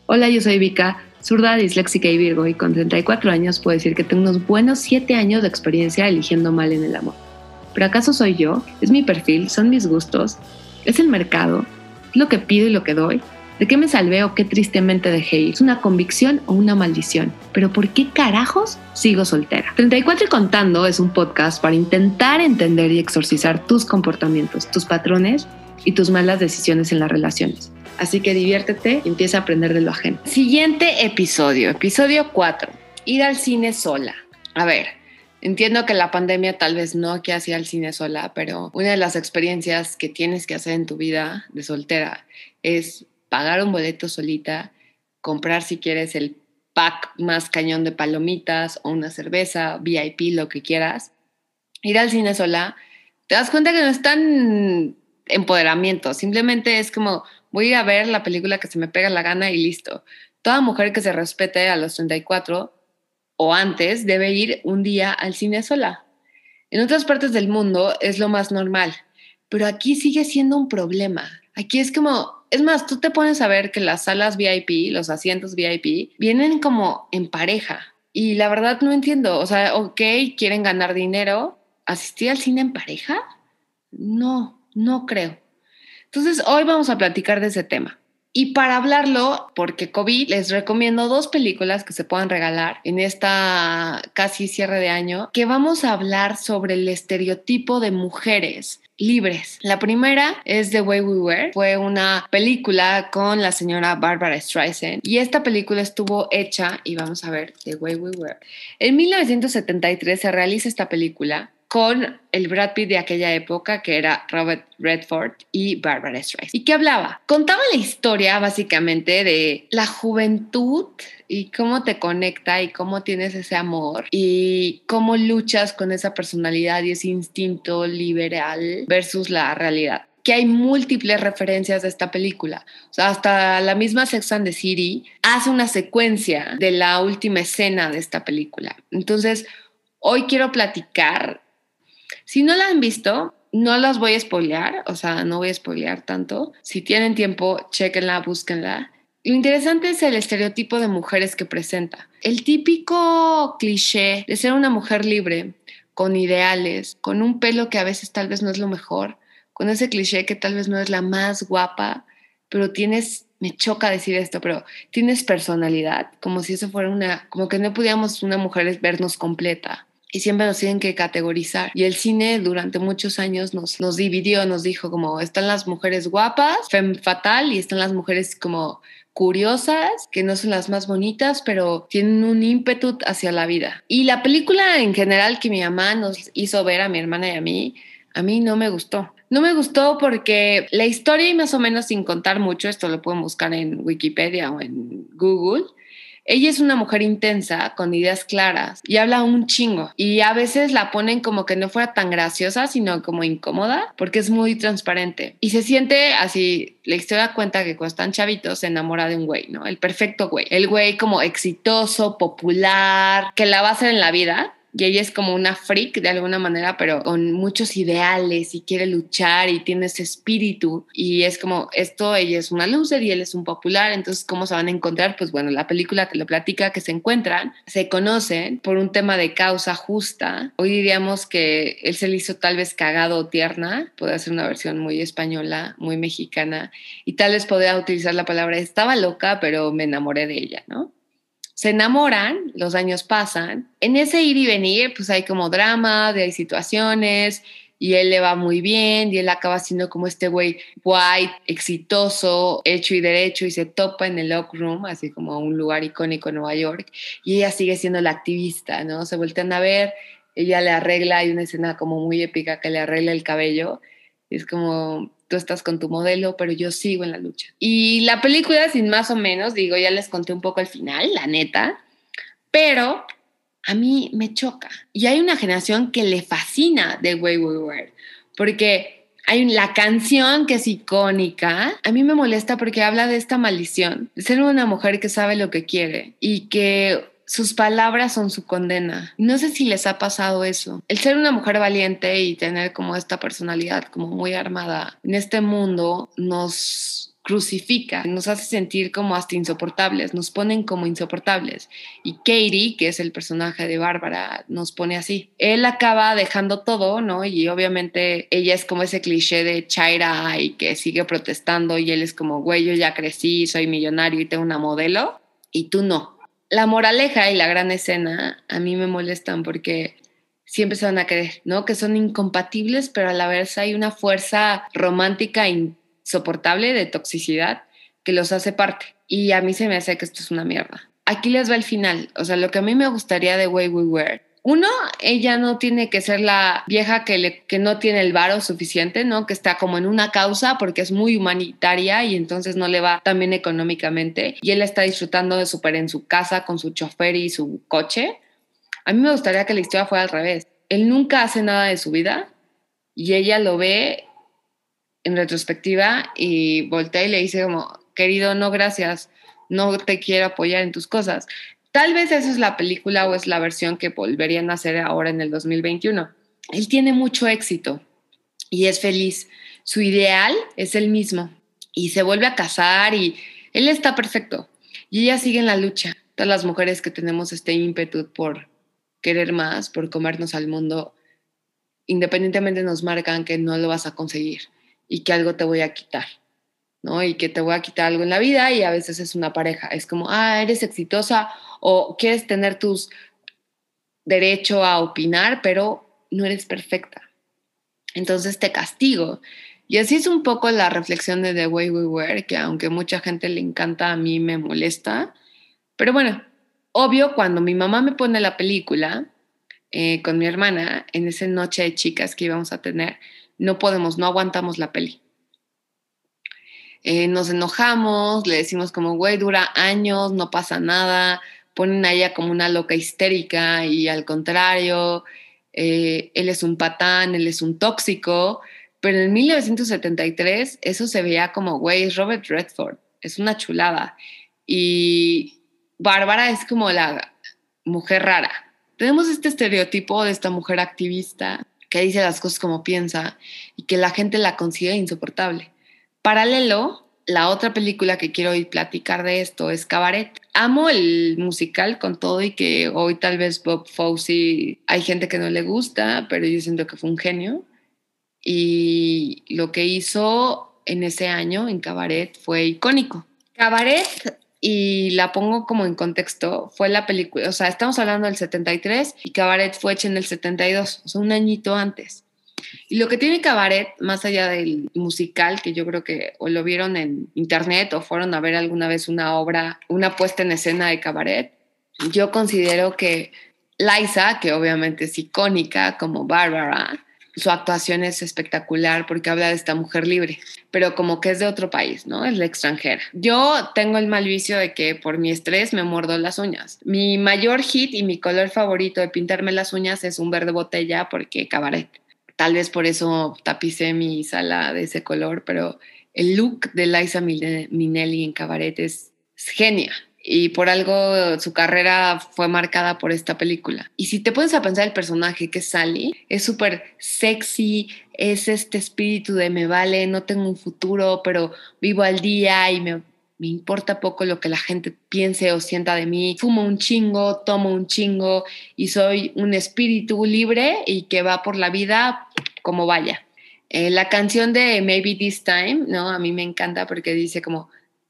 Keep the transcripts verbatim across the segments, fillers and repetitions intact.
Hola, yo soy Vika, zurda, disléxica y virgo, y con treinta y cuatro años puedo decir que tengo unos buenos siete años de experiencia eligiendo mal en el amor. ¿Pero acaso soy yo? ¿Es mi perfil? ¿Son mis gustos? ¿Es el mercado? ¿Es lo que pido y lo que doy? ¿De qué me salvé o qué tristemente dejé ir? ¿Es una convicción o una maldición? ¿Pero por qué carajos sigo soltera? treinta y cuatro y Contando es un podcast para intentar entender y exorcizar tus comportamientos, tus patrones y tus malas decisiones en las relaciones. Así que diviértete y empieza a aprender de lo ajeno. Siguiente episodio, episodio cuatro. Ir al cine sola. A ver, entiendo que la pandemia tal vez no quieras ir al cine sola, pero una de las experiencias que tienes que hacer en tu vida de soltera es pagar un boleto solita, comprar si quieres el pack más cañón de palomitas o una cerveza, V I P, lo que quieras. Ir al cine sola, te das cuenta que no es tan empoderamiento, simplemente es como voy a ir a ver la película que se me pega la gana y listo. Toda mujer que se respete a los treinta y cuatro o antes debe ir un día al cine sola. En otras partes del mundo es lo más normal, pero aquí sigue siendo un problema. Aquí es como, es más, tú te pones a ver que las salas V I P, los asientos V I P, vienen como en pareja. Y la verdad no entiendo, o sea, ok, quieren ganar dinero, ¿asistir al cine en pareja? No, no creo. Entonces, hoy vamos a platicar de ese tema. Y para hablarlo, porque COVID, les recomiendo dos películas que se puedan regalar en esta casi cierre de año, que vamos a hablar sobre el estereotipo de mujeres libres. La primera es The Way We Were. Fue una película con la señora Barbara Streisand y esta película estuvo hecha, y vamos a ver, The Way We Were. En mil novecientos setenta y tres se realiza esta película con el Brad Pitt de aquella época, que era Robert Redford y Barbara Streisand. ¿Y qué hablaba? Contaba la historia básicamente de la juventud y cómo te conecta y cómo tienes ese amor y cómo luchas con esa personalidad y ese instinto liberal versus la realidad. Que hay múltiples referencias de esta película. O sea, hasta la misma Sex and the City hace una secuencia de la última escena de esta película. Entonces, hoy quiero platicar. Si no la han visto, no las voy a spoilear, o sea, no voy a spoilear tanto. Si tienen tiempo, chéquenla, búsquenla. Lo interesante es el estereotipo de mujeres que presenta. El típico cliché de ser una mujer libre, con ideales, con un pelo que a veces tal vez no es lo mejor, con ese cliché que tal vez no es la más guapa, pero tienes, me choca decir esto, pero tienes personalidad, como si eso fuera una, como que no pudiéramos una mujer vernos completa. Y siempre nos tienen que categorizar. Y el cine durante muchos años nos, nos dividió, nos dijo como están las mujeres guapas, femme fatal, y están las mujeres como curiosas, que no son las más bonitas, pero tienen un ímpetu hacia la vida. Y la película en general que mi mamá nos hizo ver a mi hermana y a mí, a mí no me gustó. No me gustó porque la historia, y más o menos sin contar mucho, esto lo pueden buscar en Wikipedia o en Google. Ella es una mujer intensa, con ideas claras, y habla un chingo. Y a veces la ponen como que no fuera tan graciosa, sino como incómoda, porque es muy transparente. Y se siente así, la historia cuenta que cuando están chavitos se enamora de un güey, ¿no? El perfecto güey. El güey como exitoso, popular, que la va a hacer en la vida. Y ella es como una freak de alguna manera, pero con muchos ideales y quiere luchar y tiene ese espíritu. Y es como esto, ella es una loser y él es un popular. Entonces, ¿cómo se van a encontrar? Pues bueno, la película te lo platica, que se encuentran, se conocen por un tema de causa justa. Hoy diríamos que él se le hizo tal vez cagado o tierna. Puede ser una versión muy española, muy mexicana. Y tal vez podría utilizar la palabra estaba loca, pero me enamoré de ella, ¿no? Se enamoran, los años pasan. En ese ir y venir, pues hay como drama, hay situaciones, y él le va muy bien, y él acaba siendo como este güey white, exitoso, hecho y derecho, y se topa en el Oak Room, así como un lugar icónico en Nueva York, y ella sigue siendo la activista, ¿no? Se voltean a ver, ella le arregla, hay una escena como muy épica que le arregla el cabello, y es como tú estás con tu modelo, pero yo sigo en la lucha. Y la película, sin más o menos, digo, ya les conté un poco al final, la neta, pero a mí me choca. Y hay una generación que le fascina The Way We Were, porque hay la canción que es icónica. A mí me molesta porque habla de esta maldición, de ser una mujer que sabe lo que quiere y que sus palabras son su condena. No sé si les ha pasado eso. El ser una mujer valiente y tener como esta personalidad como muy armada en este mundo nos crucifica, nos hace sentir como hasta insoportables, nos ponen como insoportables. Y Katie, que es el personaje de Bárbara, nos pone así. Él acaba dejando todo, ¿no? Y obviamente ella es como ese cliché de chaira y que sigue protestando y él es como, güey, yo ya crecí, soy millonario y tengo una modelo y tú no. La moraleja y la gran escena a mí me molestan porque siempre se van a querer, ¿no? Que son incompatibles, pero a la vez hay una fuerza romántica insoportable de toxicidad que los hace parte. Y a mí se me hace que esto es una mierda. Aquí les va el final. O sea, lo que a mí me gustaría de Way We Were. Uno, ella no tiene que ser la vieja que, le, que no tiene el varo suficiente, ¿no? Que está como en una causa porque es muy humanitaria y entonces no le va tan bien económicamente. Y él está disfrutando de súper en su casa con su chofer y su coche. A mí me gustaría que la historia fuera al revés. Él nunca hace nada de su vida y ella lo ve en retrospectiva y voltea y le dice como, querido, no, gracias, no te quiero apoyar en tus cosas. Tal vez esa es la película o es la versión que volverían a hacer ahora en el dos mil veintiuno. Él tiene mucho éxito y es feliz. Su ideal es el mismo y se vuelve a casar y él está perfecto. Y ella sigue en la lucha. Todas las mujeres que tenemos este ímpetu por querer más, por comernos al mundo, independientemente nos marcan que no lo vas a conseguir y que algo te voy a quitar, ¿no? Y que te voy a quitar algo en la vida y a veces es una pareja. Es como, ah, eres exitosa o quieres tener tus derecho a opinar, pero no eres perfecta. Entonces te castigo. Y así es un poco la reflexión de The Way We Were, que aunque mucha gente le encanta, a mí me molesta. Pero bueno, obvio, cuando mi mamá me pone la película eh, con mi hermana, en esa noche de chicas que íbamos a tener, no podemos, no aguantamos la peli. Eh, nos enojamos, le decimos como, güey, dura años, no pasa nada, ponen a ella como una loca histérica y al contrario, eh, él es un patán, él es un tóxico, pero en mil novecientos setenta y tres eso se veía como, güey, es Robert Redford, es una chulada. Y Bárbara es como la mujer rara. Tenemos este estereotipo de esta mujer activista que dice las cosas como piensa y que la gente la considera insoportable. Paralelo, la otra película que quiero ir platicar de esto es Cabaret. Amo el musical con todo y que hoy tal vez Bob Fosse hay gente que no le gusta, pero yo siento que fue un genio. Y lo que hizo en ese año en Cabaret fue icónico. Cabaret, y la pongo como en contexto, fue la película, o sea, estamos hablando del setenta y tres y Cabaret fue hecha en el setenta y dos, o sea, un añito antes. Y lo que tiene Cabaret, más allá del musical, que yo creo que o lo vieron en internet o fueron a ver alguna vez una obra, una puesta en escena de Cabaret, yo considero que Liza, que obviamente es icónica como Bárbara, su actuación es espectacular porque habla de esta mujer libre, pero como que es de otro país, ¿no? Es la extranjera. Yo tengo el mal vicio de que por mi estrés me muerdo las uñas. Mi mayor hit y mi color favorito de pintarme las uñas es un verde botella porque Cabaret. Tal vez por eso tapicé mi sala de ese color, pero el look de Liza Minnelli en Cabaret es, es genia. Y por algo su carrera fue marcada por esta película. Y si te pones a pensar el personaje que es Sally, es súper sexy, es este espíritu de me vale, no tengo un futuro, pero vivo al día y me, me importa poco lo que la gente piense o sienta de mí. Fumo un chingo, tomo un chingo y soy un espíritu libre y que va por la vida como vaya. Eh, la canción de Maybe This Time, ¿no? A mí me encanta porque dice como,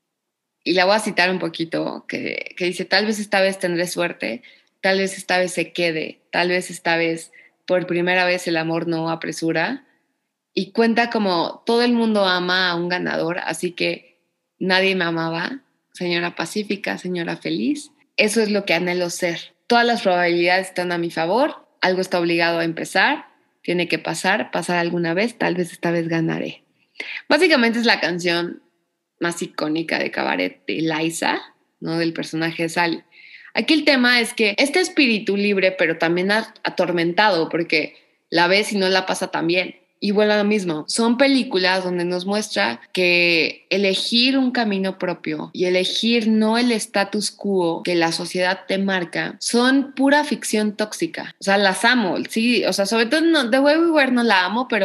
y la voy a citar un poquito, que, que dice, tal vez esta vez tendré suerte, tal vez esta vez se quede, tal vez esta vez por primera vez el amor no apresura. Y cuenta como todo el mundo ama a un ganador, así que nadie me amaba, señora pacífica, señora feliz. Eso es lo que anhelo ser. Todas las probabilidades están a mi favor, algo está obligado a empezar, tiene que pasar, pasar alguna vez, tal vez esta vez ganaré. Básicamente es la canción más icónica de Cabaret de Liza, ¿no? Del personaje de Sally. Aquí el tema es que este espíritu libre, pero también atormentado, porque la ves y no la pasa tan bien. Y bueno, lo mismo, son películas donde nos muestra que elegir un camino propio y elegir no el status quo que la sociedad te marca son pura ficción tóxica. O sea, las amo, sí, o sea, sobre todo no, The Way We Were no la amo, pero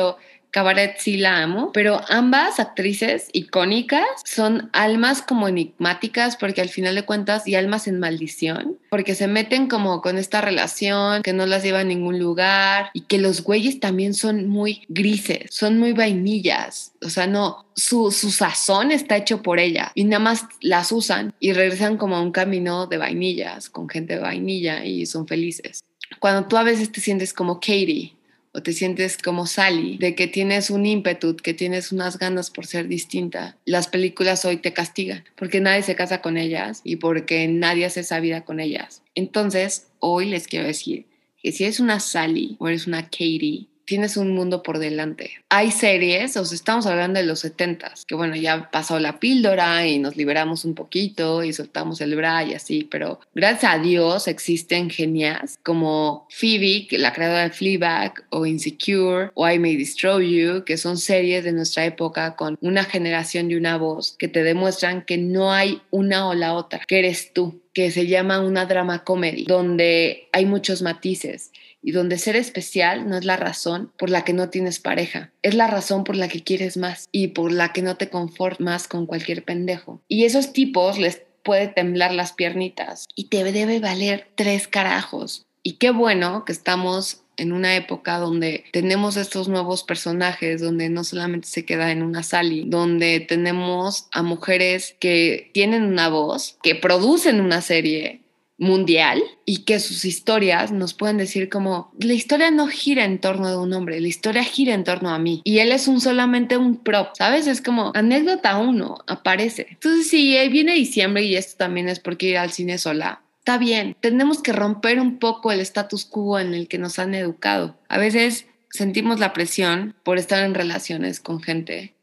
Cabaret sí la amo, pero ambas actrices icónicas son almas como enigmáticas porque al final de cuentas y almas en maldición, porque se meten como con esta relación que no las lleva a ningún lugar y que los güeyes también son muy grises, son muy vainillas, o sea, no, su, su sazón está hecho por ella y nada más las usan y regresan como a un camino de vainillas, con gente de vainilla y son felices. Cuando tú a veces te sientes como Katie, o te sientes como Sally, de que tienes un ímpetu, que tienes unas ganas por ser distinta, las películas hoy te castigan, porque nadie se casa con ellas y porque nadie hace esa vida con ellas. Entonces, hoy les quiero decir que si eres una Sally o eres una Katie, tienes un mundo por delante. Hay series, o sea, estamos hablando de los setentas, que bueno, ya pasó la píldora y nos liberamos un poquito y soltamos el bra y así, pero gracias a Dios existen genias como Phoebe, la creadora de Fleabag, o Insecure, o I May Destroy You, que son series de nuestra época con una generación y una voz que te demuestran que no hay una o la otra, que eres tú, que se llama una drama comedy, donde hay muchos matices y donde ser especial no es la razón por la que no tienes pareja, es la razón por la que quieres más y por la que no te conformas con cualquier pendejo. Y esos tipos les puede temblar las piernitas y te debe valer tres carajos. Y qué bueno que estamos en una época donde tenemos estos nuevos personajes, donde no solamente se queda en una Sally, donde tenemos a mujeres que tienen una voz, que producen una serie mundial y que sus historias nos pueden decir como la historia no gira en torno de un hombre, la historia gira en torno a mí y él es un solamente un prop, ¿sabes? Es como anécdota uno, aparece. Entonces si viene diciembre y esto también es porque ir al cine sola, está bien, tenemos que romper un poco el status quo en el que nos han educado. A veces sentimos la presión por estar en relaciones con gente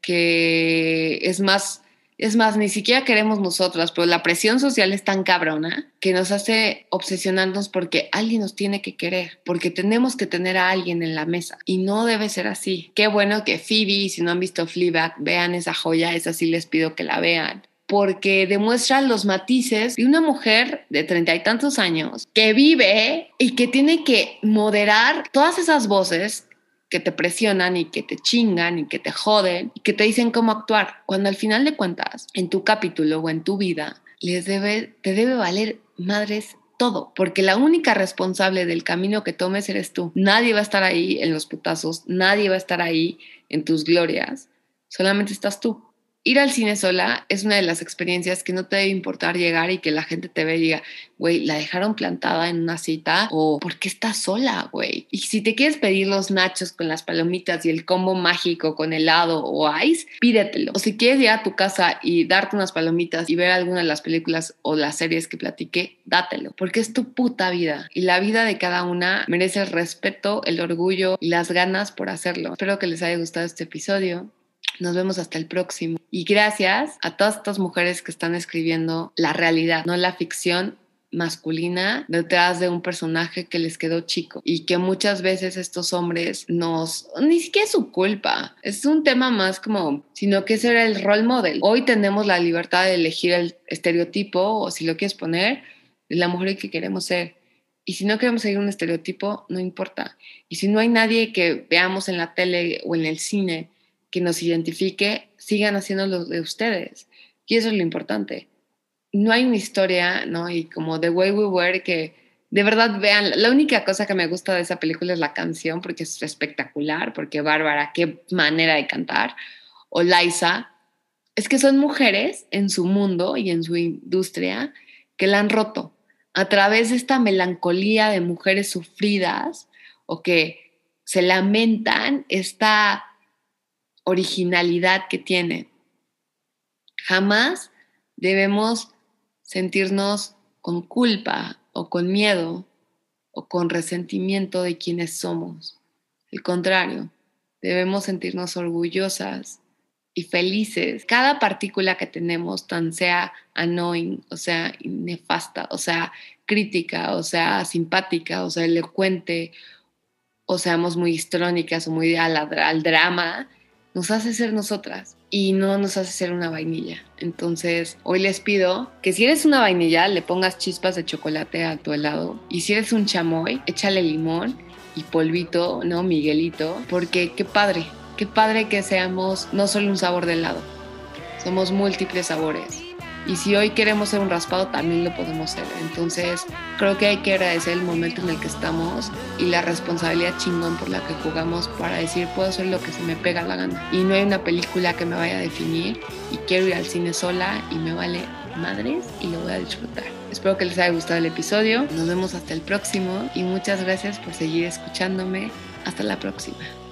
que es más Es más, ni siquiera queremos nosotras, pero la presión social es tan cabrona que nos hace obsesionarnos porque alguien nos tiene que querer, porque tenemos que tener a alguien en la mesa y no debe ser así. Qué bueno que Phoebe, y si no han visto Fleabag, vean esa joya, esa sí les pido que la vean, porque demuestra los matices de una mujer de treinta y tantos años que vive y que tiene que moderar todas esas voces que te presionan y que te chingan y que te joden y que te dicen cómo actuar, cuando al final de cuentas, en tu capítulo o en tu vida, les debe, te debe valer madres todo, porque la única responsable del camino que tomes eres tú. Nadie va a estar ahí en los putazos, nadie va a estar ahí en tus glorias, solamente estás tú. Ir al cine sola es una de las experiencias que no te debe importar llegar y que la gente te ve y diga, güey, la dejaron plantada en una cita o ¿por qué estás sola, güey? Y si te quieres pedir los nachos con las palomitas y el combo mágico con helado o ice, pídetelo. O si quieres llegar a tu casa y darte unas palomitas y ver alguna de las películas o las series que platiqué, dátelo, porque es tu puta vida y la vida de cada una merece el respeto, el orgullo y las ganas por hacerlo. Espero que les haya gustado este episodio. Nos vemos hasta el próximo. Y gracias a todas estas mujeres que están escribiendo la realidad, no la ficción masculina detrás de un personaje que les quedó chico y que muchas veces estos hombres nos, ni siquiera es su culpa, es un tema más como, sino que ese era el role model. Hoy tenemos la libertad de elegir el estereotipo o si lo quieres poner, de la mujer que queremos ser. Y si no queremos seguir un estereotipo, no importa. Y si no hay nadie que veamos en la tele o en el cine que nos identifique, sigan haciéndolo de ustedes. Y eso es lo importante. No hay una historia, ¿no? Y como The Way We Were, que de verdad vean, la única cosa que me gusta de esa película es la canción, porque es espectacular, porque Bárbara, qué manera de cantar, o Liza, es que son mujeres en su mundo y en su industria que la han roto a través de esta melancolía de mujeres sufridas o que se lamentan esta originalidad que tiene. Jamás debemos sentirnos con culpa o con miedo o con resentimiento de quienes somos. Al contrario, debemos sentirnos orgullosas y felices. Cada partícula que tenemos, tan sea annoying, o sea nefasta, o sea crítica, o sea simpática, o sea elocuente, o seamos muy histrónicas o muy al, al drama, nos hace ser nosotras y no nos hace ser una vainilla. Entonces, hoy les pido que si eres una vainilla, le pongas chispas de chocolate a tu helado. Y si eres un chamoy, échale limón y polvito, ¿no? Miguelito, porque qué padre, qué padre que seamos no solo un sabor de helado, somos múltiples sabores. Y si hoy queremos ser un raspado, también lo podemos ser. Entonces, creo que hay que agradecer el momento en el que estamos y la responsabilidad chingón por la que jugamos para decir, puedo hacer lo que se me pega la gana. Y no hay una película que me vaya a definir y quiero ir al cine sola y me vale madres y lo voy a disfrutar. Espero que les haya gustado el episodio. Nos vemos hasta el próximo y muchas gracias por seguir escuchándome. Hasta la próxima.